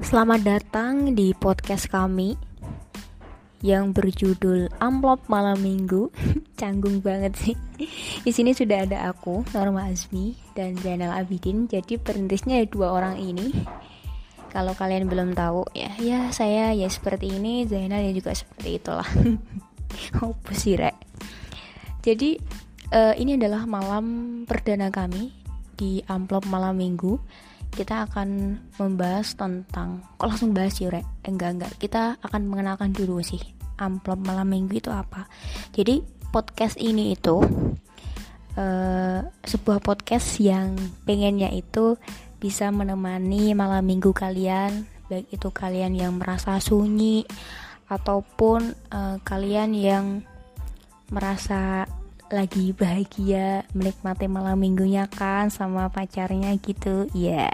Selamat datang di podcast kami yang berjudul Amplop Malam Minggu. Canggung banget sih. Di sini sudah ada aku, Norma Azmi, dan Zainal Abidin. Jadi perintisnya dua orang ini. Kalau kalian belum tahu, ya saya ya seperti ini, Zainal ya juga seperti itulah. Apa sih, Rek? Jadi ini adalah malam perdana kami di Amplop Malam Minggu. Kita akan membahas tentang, kok langsung bahas sih, Rek? Enggak, kita akan mengenalkan dulu sih Amplop Malam Minggu itu apa. Jadi podcast ini itu sebuah podcast yang pengennya itu bisa menemani malam minggu kalian, baik itu kalian yang merasa sunyi ataupun kalian yang merasa lagi bahagia menikmati malam minggunya kan sama pacarnya gitu ya.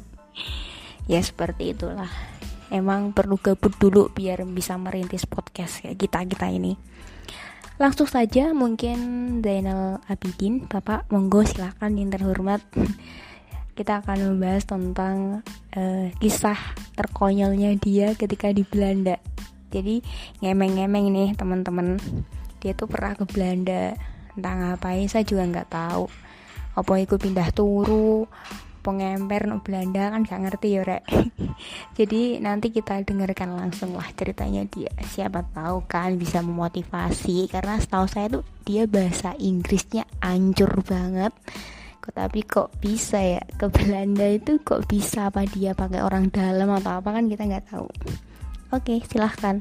Ya seperti itulah, emang perlu gabut dulu biar bisa merintis podcast kayak kita ini. Langsung saja, mungkin Zainal Abidin, Bapak monggo silakan yang terhormat. Kita akan membahas tentang kisah terkonyolnya dia ketika di Belanda. Jadi ngemeng-ngemeng nih teman-teman, dia tuh pernah ke Belanda. Entah ngapain, saya juga nggak tahu. Apa ikut pindah turu, pengemper no Belanda kan nggak ngerti ya, Rek. Jadi nanti kita dengarkan langsung lah ceritanya dia. Siapa tahu kan bisa memotivasi, karena setahu saya tuh dia bahasa Inggrisnya ancur banget. Tapi kok bisa ya ke Belanda itu, kok bisa, apa dia pakai orang dalam atau apa kan kita nggak tahu. Oke, silahkan.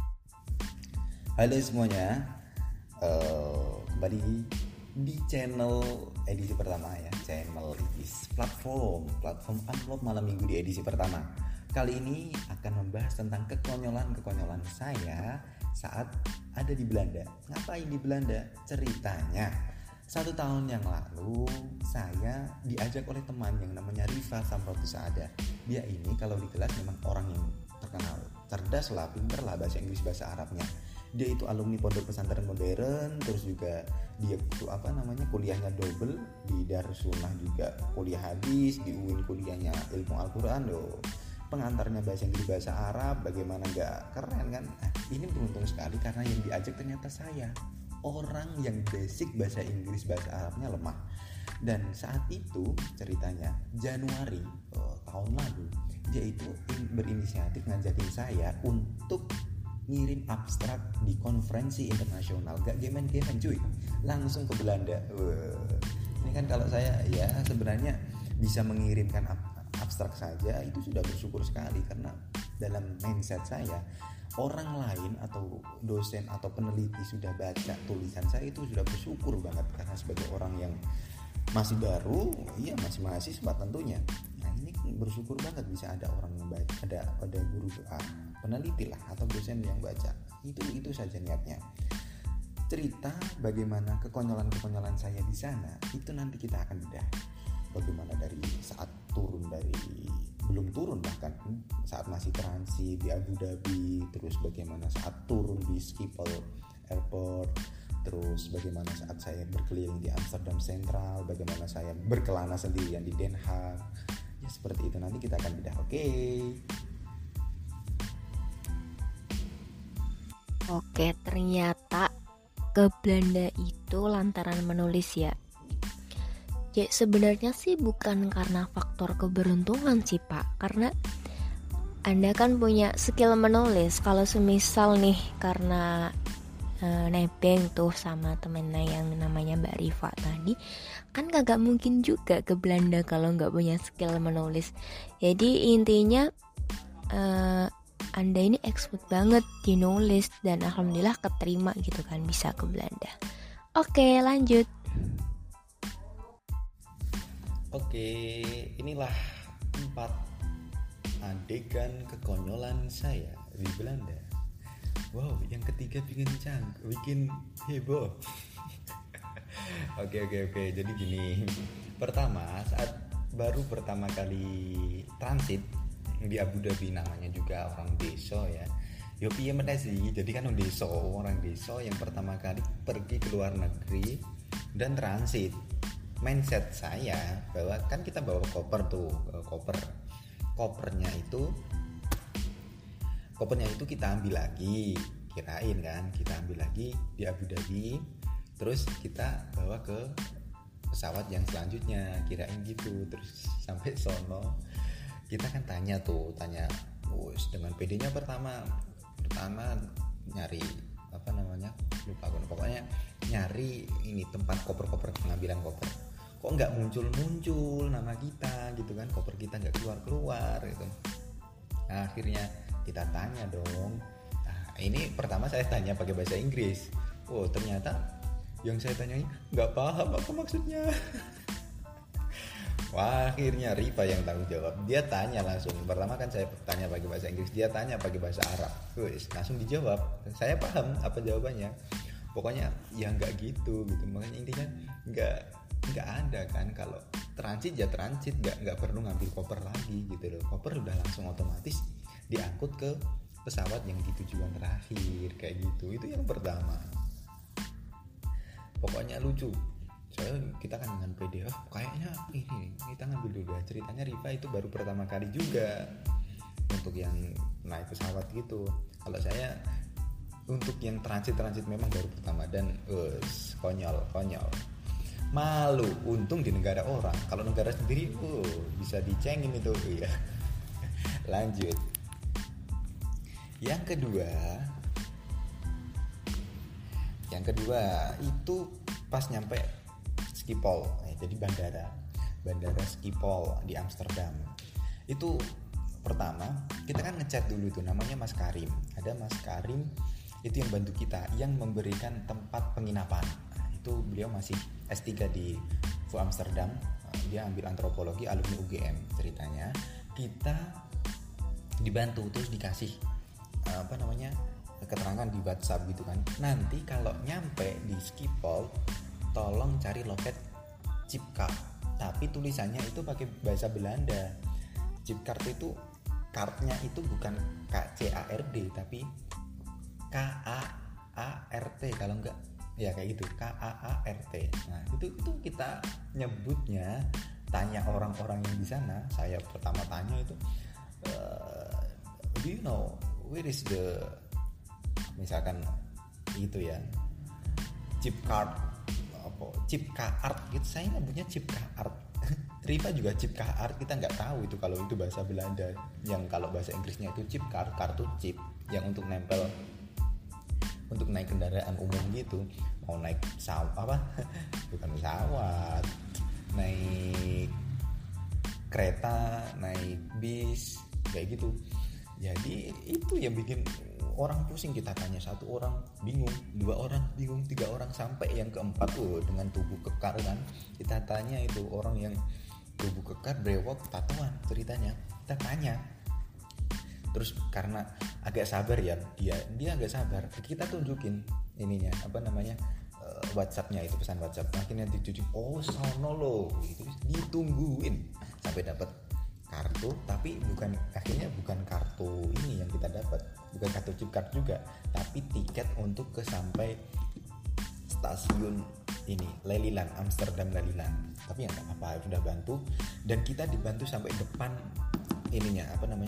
Halo semuanya, kembali di channel edisi pertama ya, channel edisi platform Amplop Malam Minggu di edisi pertama. Kali ini akan membahas tentang kekonyolan saya saat ada di Belanda. Ngapain di Belanda? Ceritanya 1 tahun yang lalu saya diajak oleh teman yang namanya Rifa Samprotusada. Dia ini kalau di kelas memang orang yang terkenal, cerdas lah, pinter lah bahasa Inggris bahasa Arabnya. Dia itu alumni Pondok Pesantren Modern, terus juga dia itu kuliahnya double di Darussunnah, juga kuliah hadis di UIN, kuliahnya ilmu Al-Quran loh. Pengantarnya bahasa Inggris bahasa Arab, bagaimana gak keren kan? Ini beruntung sekali karena yang diajak ternyata saya, orang yang basic bahasa Inggris bahasa Arabnya lemah. Dan saat itu ceritanya Januari tahun lalu, dia itu berinisiatif ngajakin saya untuk ngirim abstrak di konferensi internasional. Gak gemen-gemen cuy, langsung ke Belanda. Ini kan kalau saya ya sebenarnya bisa mengirimkan abstrak saja itu sudah bersyukur sekali, karena dalam mindset saya orang lain atau dosen atau peneliti sudah baca tulisan saya itu sudah bersyukur banget, karena sebagai orang yang masih baru, iya masih mahasiswa tentunya. Nah ini bersyukur banget bisa ada orang yang baca, ada guru peneliti lah atau dosen yang baca. Itu saja niatnya. Cerita bagaimana kekonyolan saya di sana itu nanti kita akan bedah. Bagaimana dari saat belum turun bahkan saat masih transit di Abu Dhabi, terus bagaimana saat turun di Schiphol Airport, terus bagaimana saat saya berkeliling di Amsterdam Central, bagaimana saya berkelana sendirian di Den Haag. Ya seperti itu nanti kita akan bedah. Oke, ternyata ke Belanda itu lantaran menulis ya. Ya sebenarnya sih bukan karena faktor keberuntungan sih Pak, karena Anda kan punya skill menulis. Kalau semisal nih karena nebeng tuh sama temennya yang namanya Mbak Rifa tadi, kan kagak mungkin juga ke Belanda kalau nggak punya skill menulis. Jadi intinya Anda ini expert banget di nulis, dan alhamdulillah keterima gitu kan, bisa ke Belanda. Oke, lanjut. Inilah 4 adegan kekonyolan saya di Belanda. Wow, yang ketiga bikin heboh. Oke. Jadi gini. Pertama, saat baru pertama kali transit di Abu Dhabi, namanya juga orang desa ya. Yo piye meneh sih. Jadi kan orang desa yang pertama kali pergi ke luar negeri dan transit. Mindset saya bahwa kan kita bawa kopernya itu kopernya itu kita ambil lagi, kirain kan kita ambil lagi di Abu Dhabi, terus kita bawa ke pesawat yang selanjutnya, kirain gitu. Terus sampai sono kita kan tanya dengan PD-nya pertama nyari apa namanya, lupa aku, pokoknya nyari ini tempat koper pengambilan koper, kok nggak muncul nama kita gitu kan, koper kita nggak keluar gitu. Nah, akhirnya kita tanya dong. Nah, ini pertama saya tanya pakai bahasa Inggris. Oh, ternyata yang saya tanyain nggak paham apa maksudnya. Wah, akhirnya Rifa yang tanggung jawab. Dia tanya langsung. Pertama kan saya tanya pakai bahasa Inggris, dia tanya pakai bahasa Arab. Langsung dijawab. Saya paham apa jawabannya. Pokoknya ya nggak gitu. Makanya intinya nggak ada kan, kalau transit ya transit, nggak perlu ngambil koper lagi gitu loh. Koper udah langsung otomatis diangkut ke pesawat yang di tujuan terakhir kayak gitu. Itu yang pertama. Pokoknya lucu. Kita kan dengan PD, kayaknya ini kita ngambil dulu ya. Ceritanya Rifa itu baru pertama kali juga untuk yang naik pesawat gitu. Kalau saya untuk yang transit memang baru pertama, dan konyol. Malu, untung di negara orang. Kalau negara sendiri bisa dicengin itu ya. Lanjut. Yang kedua itu pas nyampe Schiphol, jadi bandara Schiphol di Amsterdam. Itu pertama kita kan ngechat dulu tuh, namanya Mas Karim. Ada Mas Karim itu yang bantu kita, yang memberikan tempat penginapan. Itu beliau masih S3 di VU Amsterdam. Dia ambil antropologi, alumni UGM ceritanya. Kita dibantu terus dikasih keterangan di WhatsApp gitu kan. Nanti kalau nyampe di Schiphol tolong cari loket chipcard, tapi tulisannya itu pakai bahasa Belanda. Chipcard itu cardnya itu bukan KCARD tapi KAART, kalau enggak ya kayak gitu, KAART. Nah, itu kita nyebutnya, tanya orang-orang yang di sana. Saya pertama tanya itu do you know where is the, misalkan itu ya, chipcard art gitu, saya nyebutnya chipcard. Riva juga chipcard, kita nggak tahu itu kalau itu bahasa Belanda. Yang kalau bahasa Inggrisnya itu chipcard, kartu chip yang untuk nempel untuk naik kendaraan umum gitu. Mau naik bukan pesawat, naik kereta, naik bis kayak gitu. Jadi itu yang bikin orang pusing. Kita tanya satu orang bingung, dua orang bingung, tiga orang, sampai yang keempat dengan tubuh kekar kan. Kita tanya itu orang yang tubuh kekar, brewok, tatoan ceritanya. Kita tanya. Terus karena agak sabar ya, dia agak sabar. Kita tunjukin ininya, WhatsApp-nya itu, pesan WhatsApp. Akhirnya ditunjuk, sono loh, gitu. Ditungguin sampai dapat kartu, tapi bukan kartu ini yang kita dapat, bukan kartu chip card juga, tapi tiket untuk sampai stasiun ini Lelyland, Amsterdam Lelyland. Tapi ya nggak apa-apa, sudah bantu, dan kita dibantu sampai depan ininya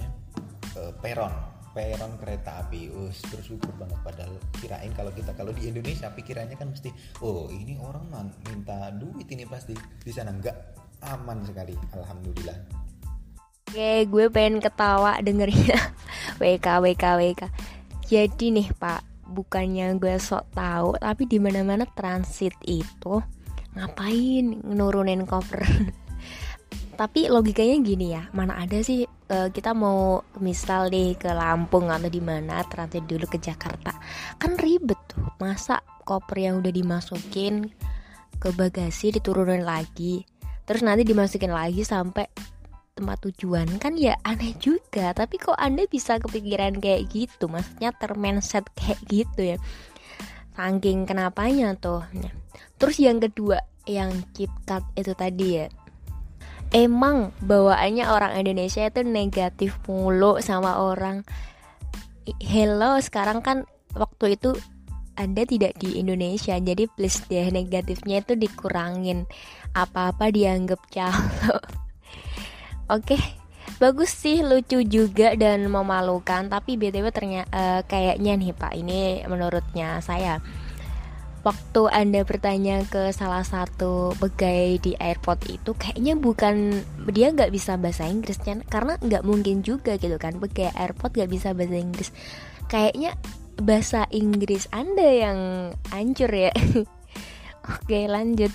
peron kereta api. Bersyukur banget, padahal kirain kalau di Indonesia pikirannya kan mesti ini orang minta duit ini pasti. Di sana enggak, aman sekali, alhamdulillah. Oke, gue pengen ketawa dengernya. WK. Jadi nih Pak, bukannya gue sok tahu, tapi di mana-mana transit itu ngapain nurunin koper? Tapi logikanya gini ya, mana ada sih kita mau misal nih ke Lampung atau di mana transit dulu ke Jakarta, kan ribet tuh. Masa koper yang udah dimasukin ke bagasi diturunin lagi, terus nanti dimasukin lagi sampai tempat tujuan, kan ya aneh juga. Tapi kok Anda bisa kepikiran kayak gitu? Maksudnya termindset kayak gitu ya, saking kenapanya tuh. Nah, terus yang kedua, yang chipcard itu tadi ya, emang bawaannya orang Indonesia itu negatif mulu sama orang. Hello, sekarang kan waktu itu Anda tidak di Indonesia, jadi please deh negatifnya itu dikurangin. Apa-apa dianggap calo. Oke, Bagus sih, lucu juga dan memalukan. Tapi BTW ternyata kayaknya nih Pak, ini menurutnya saya, waktu Anda bertanya ke salah satu pegawai di airport itu, kayaknya bukan dia nggak bisa bahasa Inggrisnya, karena nggak mungkin juga gitu kan, pegawai airport nggak bisa bahasa Inggris. Kayaknya bahasa Inggris Anda yang hancur ya. Oke, lanjut.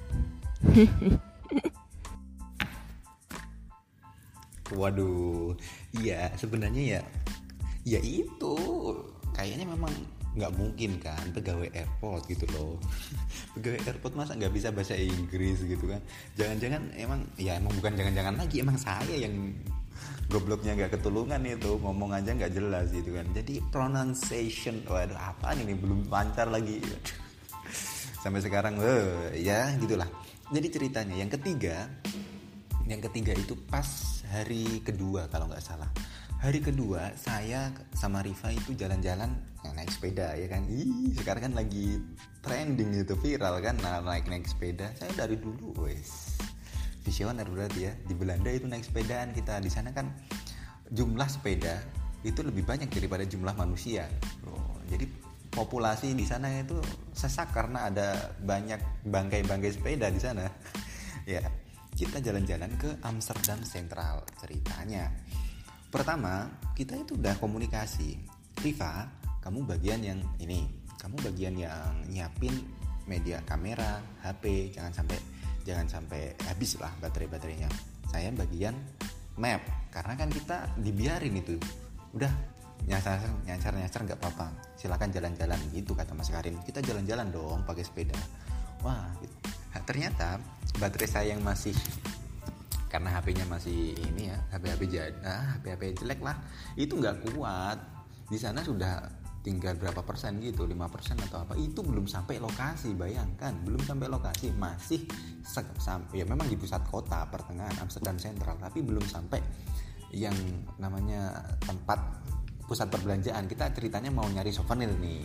Waduh, iya sebenarnya ya itu kayaknya memang nggak mungkin kan pegawai airport gitu loh. Pegawai airport masa nggak bisa bahasa Inggris gitu kan? Jangan-jangan emang bukan jangan-jangan lagi, emang saya yang gobloknya nggak ketulungan itu, ngomong aja nggak jelas gitu kan. Jadi pronunciation, waduh apa ini belum lancar lagi. Sampai sekarang ya gitulah. Jadi ceritanya yang ketiga itu pas hari kedua kalau nggak salah. Hari kedua saya sama Riva itu jalan-jalan naik sepeda ya kan. Sekarang kan lagi trending itu, viral kan, naik sepeda. Saya dari dulu visioner berarti ya. Di Belanda itu naik sepedaan kita. Di sana kan jumlah sepeda itu lebih banyak daripada jumlah manusia. Jadi populasi di sana itu sesak karena ada banyak bangkai-bangkai sepeda di sana. Ya, kita jalan-jalan ke Amsterdam Central ceritanya. Pertama, kita itu udah komunikasi. Riva, kamu bagian yang ini, kamu bagian yang nyiapin media kamera, HP, jangan sampai habis lah baterainya. Saya bagian map, karena kan kita dibiarin itu. Udah nyasar nggak apa-apa. Silakan jalan-jalan gitu kata Mas Karim. Kita jalan-jalan dong pakai sepeda. Wah, gitu. Ternyata baterai saya yang masih, karena HP-nya masih ini ya, HP jelek lah, itu nggak kuat. Di sana sudah tinggal berapa persen gitu, 5% atau apa, itu belum sampai lokasi. Bayangkan, belum sampai lokasi, masih sampai ya memang di pusat kota pertengahan Amsterdam Central, tapi belum sampai yang namanya tempat pusat perbelanjaan. Kita ceritanya mau nyari souvenir nih,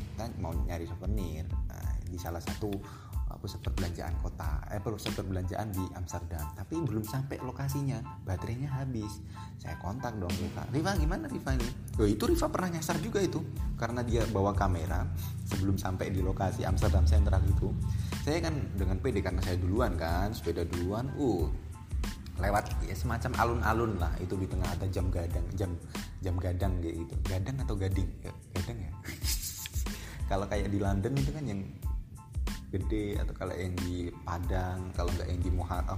di salah satu pusat perbelanjaan pusat perbelanjaan di Amsterdam, tapi belum sampai lokasinya, baterainya habis. Saya kontak dong Riva gimana Riva ini? Itu Riva pernah nyasar juga itu, karena dia bawa kamera sebelum sampai di lokasi Amsterdam Central itu. Saya kan dengan pede karena saya duluan kan, sepeda duluan, lewat ya, semacam alun-alun lah, itu di tengah ada jam gadang gitu, gadang atau gading ya, gadang ya. Kalau kayak di London itu kan yang gede, atau kalau yang di Padang, kalau nggak yang di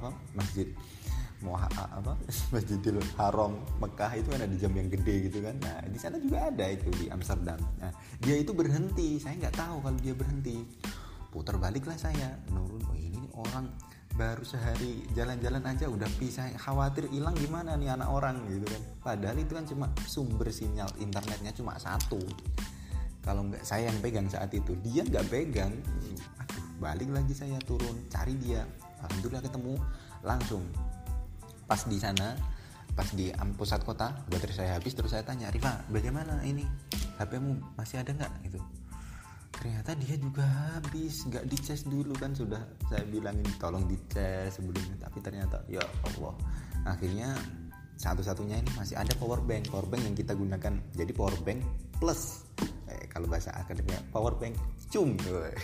Masjidil Haram Mekah itu kan ada jam yang gede gitu kan. Nah di sana juga ada itu di Amsterdam. Nah dia itu berhenti, saya nggak tahu kalau dia berhenti. Putar baliklah saya, menurun. Ini orang baru sehari jalan-jalan aja udah pisah, khawatir hilang gimana nih anak orang gitu kan. Padahal itu kan cuma sumber sinyal internetnya cuma satu. Kalau nggak saya yang pegang saat itu, dia nggak pegang. Balik lagi saya turun cari dia, alhamdulillah ketemu langsung. Pas di sana, pas di pusat kota, baterai saya habis. Terus saya tanya, Riva bagaimana ini, HP-mu masih ada nggak gitu. Ternyata dia juga habis, nggak dicas dulu kan. Sudah saya bilangin tolong dicas sebelumnya, tapi ternyata ya Allah, akhirnya satu-satunya ini masih ada power bank yang kita gunakan. Jadi power bank plus, kalau bahasa akademiknya power bank cum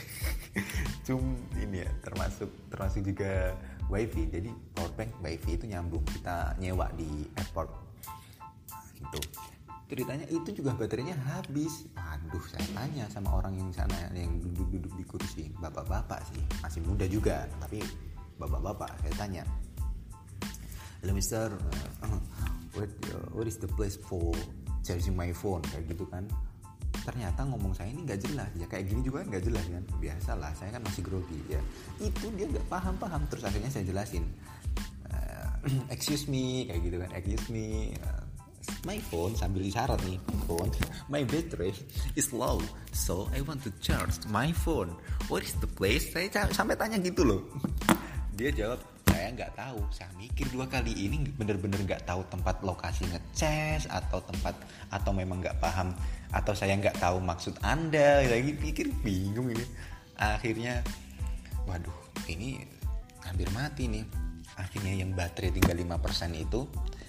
ini ya, termasuk juga wifi. Jadi power bank wifi itu nyambung, kita nyewa di airport gitu. Ceritanya itu juga baterainya habis. Waduh, saya tanya sama orang yang sana, yang duduk di kursi, bapak-bapak sih, masih muda juga, tapi bapak-bapak. Saya tanya, hello mister, what is the place for charging my phone, kayak gitu kan. Ternyata ngomong saya ini nggak jelas ya, kayak gini juga nggak jelas kan. Biasalah, saya kan masih grogi ya. Itu dia nggak paham. Terus akhirnya saya jelasin, excuse me, kayak gitu kan, excuse me, my phone, sambil isyarat nih, phone, my battery is low, so I want to charge my phone. What is the place? Saya sampai tanya gitu loh. Dia jawab, saya nggak tahu. Saya mikir 2 kali, ini bener-bener nggak tahu tempat lokasi ngecas atau memang nggak paham, atau saya nggak tahu maksud Anda. Lagi pikir bingung ini. Akhirnya, waduh, ini hampir mati nih. Akhirnya yang baterai tinggal 5% itu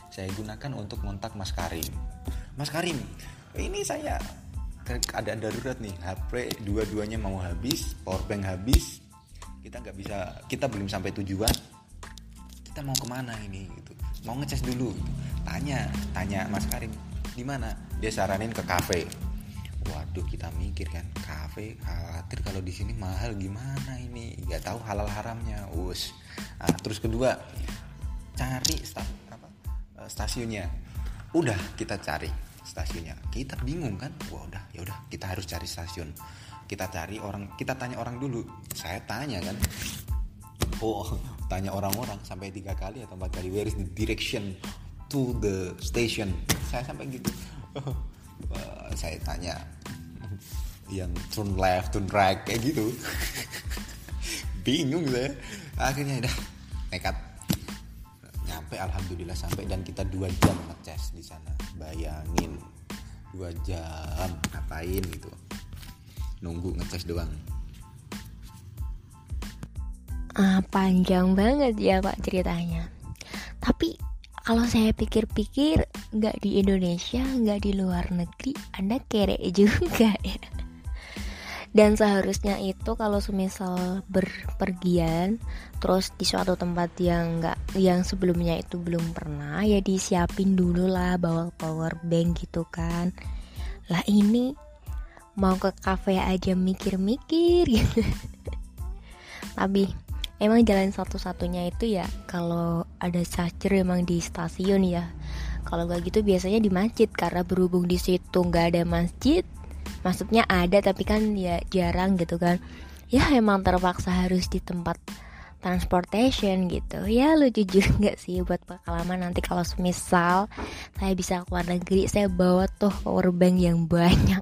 saya gunakan untuk ngontak Mas Karim. Mas Karim, ini saya keadaan darurat nih, HP dua-duanya mau habis, powerbank habis, kita belum sampai tujuan, kita mau kemana ini gitu, mau ngecas dulu gitu. Tanya Mas Karim di mana, dia saranin ke kafe. Waduh, kita mikir kan, kafe, khawatir kalau di sini mahal gimana ini, nggak tahu halal haramnya. Terus kedua, cari stasiunnya. Udah kita cari stasiunnya, kita bingung kan, ya udah kita harus cari stasiun. Kita tanya orang dulu. Saya tanya kan, tanya orang-orang sampai 3 kali atau 4 kali, where is the direction to the station, saya sampai gitu. Saya tanya yang turn left, turn right kayak gitu. Bingung saya. Akhirnya udah nekat nyampe, alhamdulillah sampai, dan kita 2 jam ngecas di sana. Bayangin 2 jam ngapain gitu, nunggu ngecas doang. Panjang banget ya Pak ceritanya. Tapi kalau saya pikir-pikir, nggak di Indonesia, nggak di luar negeri, Anda kere juga ya. Dan seharusnya itu kalau semisal berpergian terus di suatu tempat yang sebelumnya itu belum pernah, ya disiapin dulu lah, bawa power bank gitu kan. Lah ini mau ke kafe aja mikir-mikir gitu. Tapi emang jalan satu-satunya itu ya kalau ada charger emang di stasiun ya. Kalau nggak gitu biasanya di masjid, karena berhubung di situ nggak ada masjid. Maksudnya ada tapi kan ya jarang gitu kan. Ya emang terpaksa harus di tempat transportation gitu. Ya lucu juga sih buat pengalaman nanti kalau semisal saya bisa keluar negeri, saya bawa tuh power bank yang banyak.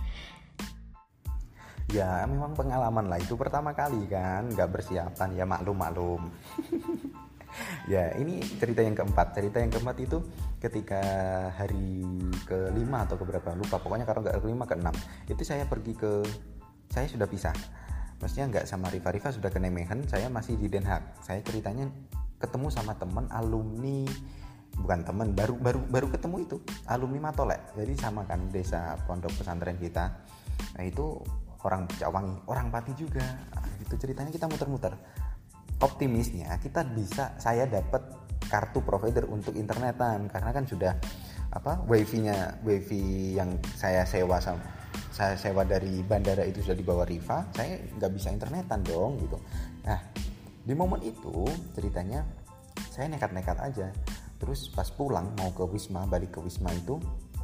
Ya memang pengalaman lah, itu pertama kali kan, nggak persiapan, ya maklum. Ya ini cerita yang keempat itu ketika hari ke-5 atau keberapa lupa, pokoknya kalau nggak ke-5 ke-6 itu saya sudah pisah, maksudnya nggak sama Rifa sudah ke Nijmegen, saya masih di Den Haag. Saya ceritanya ketemu sama teman alumni, bukan teman, baru ketemu itu alumni Matolek, jadi sama kan desa pondok pesantren kita. Nah itu orang Jawangi, orang Pati juga. Itu ceritanya kita muter-muter. Optimisnya saya dapat kartu provider untuk internetan, karena kan sudah wifi yang saya sewa dari bandara itu sudah dibawa Rifa, saya nggak bisa internetan dong gitu. Nah di momen itu ceritanya saya nekat-nekat aja. Terus pas pulang mau ke Wisma, balik ke Wisma itu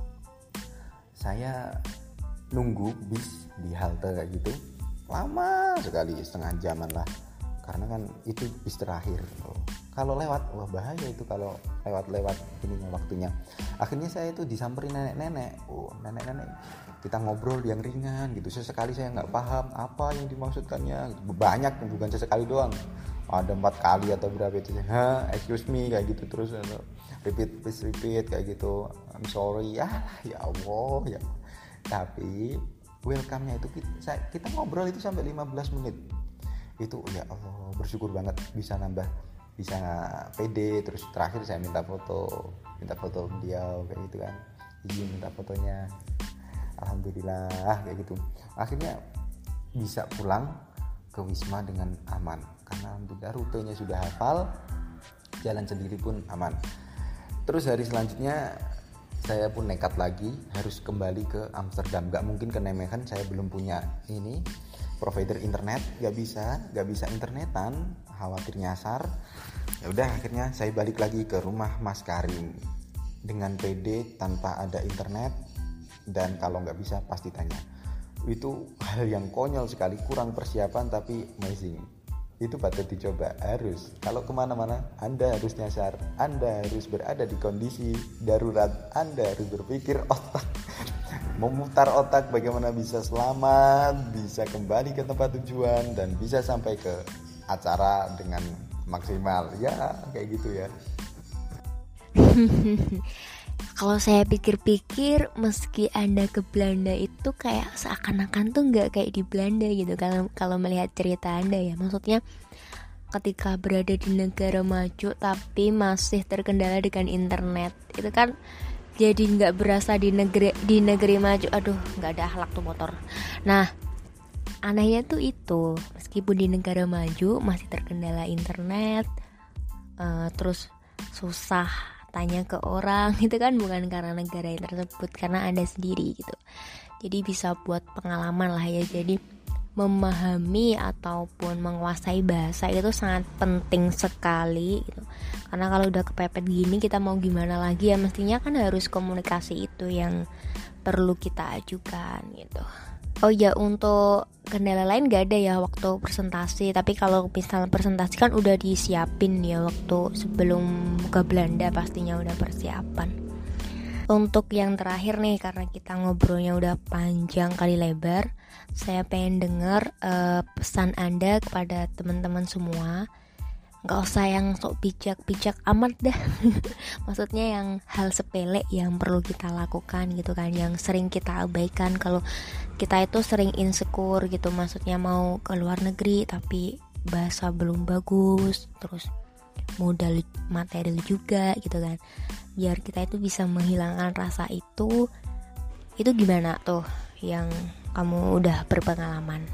saya nunggu bis di halte kayak gitu, lama sekali, setengah jaman lah, karena kan itu bis terakhir. Kalau lewat, bahaya itu kalau lewat ininya waktunya. Akhirnya saya itu disamperin nenek-nenek, nenek-nenek, kita ngobrol yang ringan gitu. Sesekali saya nggak paham apa yang dimaksudkannya, banyak, bukan sesekali doang, ada 4 kali atau berapa itu, excuse me kayak gitu, terus repeat kayak gitu, I'm sorry, ya Allah ya. Tapi welcome-nya itu kita ngobrol itu sampai 15 menit. Itu ya Allah, bersyukur banget bisa pede. Terus terakhir saya minta foto beliau kayak gitu kan, izin minta fotonya. Alhamdulillah kayak gitu. Akhirnya bisa pulang ke Wisma dengan aman, karena alhamdulillah rutenya sudah hafal, jalan sendiri pun aman. Terus hari selanjutnya saya pun nekat lagi, harus kembali ke Amsterdam. Gak mungkin ke Nijmegen, saya belum punya ini provider internet, gak bisa internetan, khawatir nyasar. Ya udah, akhirnya saya balik lagi ke rumah Mas Karim dengan PD tanpa ada internet, dan kalau gak bisa pasti tanya. Itu hal yang konyol sekali, kurang persiapan tapi amazing. Itu patut dicoba, harus. Kalau kemana-mana Anda harus nyasar, Anda harus berada di kondisi darurat, Anda harus berpikir otak, memutar otak bagaimana bisa selamat, bisa kembali ke tempat tujuan, dan bisa sampai ke acara dengan maksimal. Ya kayak gitu ya. Kalau saya pikir-pikir, meski Anda ke Belanda itu kayak seakan-akan tuh nggak kayak di Belanda gitu. Kalau melihat cerita Anda ya, maksudnya ketika berada di negara maju tapi masih terkendala dengan internet. Itu kan jadi nggak berasa di negeri maju. Aduh, nggak ada akhlak tuh motor. Nah, anehnya tuh itu, meskipun di negara maju masih terkendala internet, terus susah tanya ke orang, itu kan bukan karena negara yang tersebut, karena Anda sendiri gitu. Jadi bisa buat pengalaman lah ya. Jadi memahami ataupun menguasai bahasa itu sangat penting sekali gitu. Karena kalau udah kepepet gini, kita mau gimana lagi ya, mestinya kan harus komunikasi itu yang perlu kita ajukan gitu. Oh ya, untuk kendala lain gak ada ya waktu presentasi. Tapi kalau misalnya presentasi kan udah disiapin ya, waktu sebelum ke Belanda pastinya udah persiapan. Untuk yang terakhir nih, karena kita ngobrolnya udah panjang kali lebar, saya pengen dengar pesan Anda kepada teman-teman semua. Gak usah yang sok bijak amat dah. Maksudnya yang hal sepele yang perlu kita lakukan gitu kan, yang sering kita abaikan. Kalau kita itu sering insecure gitu, maksudnya mau ke luar negeri tapi bahasa belum bagus, terus modal material juga gitu kan. Biar kita itu bisa menghilangkan rasa itu gimana tuh yang kamu udah berpengalaman?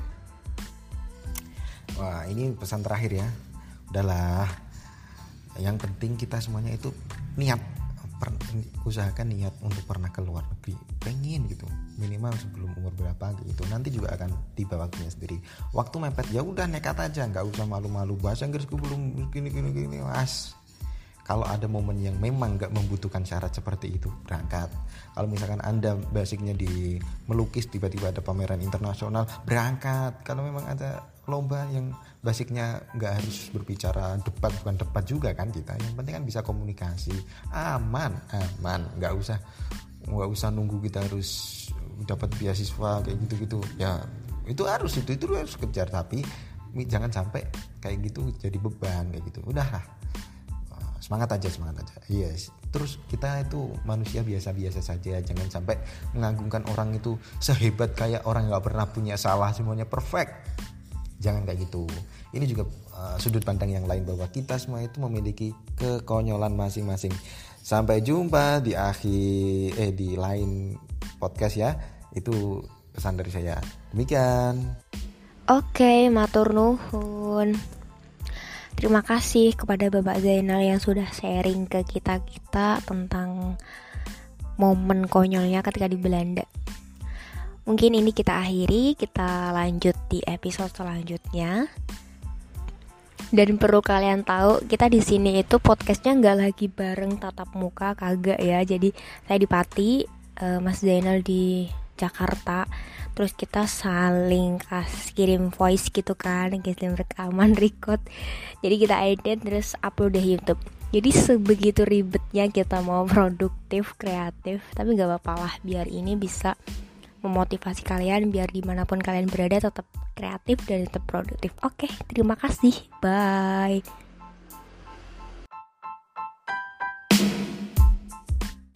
Wah, ini pesan terakhir ya. Udahlah, yang penting kita semuanya itu niat, usahakan niat untuk pernah ke luar negeri, pengen gitu, minimal sebelum umur berapa gitu. Nanti juga akan tiba waktunya sendiri. Waktu mepet ya udah nekat aja, nggak usah malu-malu, bahasa Inggrisku belum gini mas. Kalau ada momen yang memang gak membutuhkan syarat seperti itu, berangkat. Kalau misalkan Anda basicnya di melukis, tiba-tiba ada pameran internasional, berangkat. Kalau memang ada lomba yang basicnya gak harus berbicara debat, bukan debat juga kan kita. Yang penting kan bisa komunikasi, aman, gak usah nunggu kita harus dapat beasiswa kayak gitu-gitu. Ya itu harus kejar, tapi jangan sampai kayak gitu jadi beban kayak gitu. Udahlah. Semangat aja. Yes. Terus kita itu manusia biasa-biasa saja. Jangan sampai mengagungkan orang itu sehebat kayak orang gak pernah punya salah, semuanya perfect. Jangan kayak gitu. Ini juga sudut pandang yang lain, bahwa kita semua itu memiliki kekonyolan masing-masing. Sampai jumpa di di lain podcast ya. Itu pesan dari saya. Demikian. Oke, matur nuhun. Terima kasih kepada Bapak Zainal yang sudah sharing ke kita tentang momen konyolnya ketika di Belanda. Mungkin ini kita akhiri, kita lanjut di episode selanjutnya. Dan perlu kalian tahu, kita di sini itu podcastnya nggak lagi bareng tatap muka, kagak ya. Jadi saya di Pati, Mas Zainal di Jakarta. Terus kita saling kirim voice gitu kan, kirim rekaman, record. Jadi kita edit terus upload di YouTube. Jadi sebegitu ribetnya kita mau produktif, kreatif, tapi gak apa-apa lah, biar ini bisa memotivasi kalian, biar dimanapun kalian berada tetap kreatif dan tetap produktif. Oke, terima kasih, bye.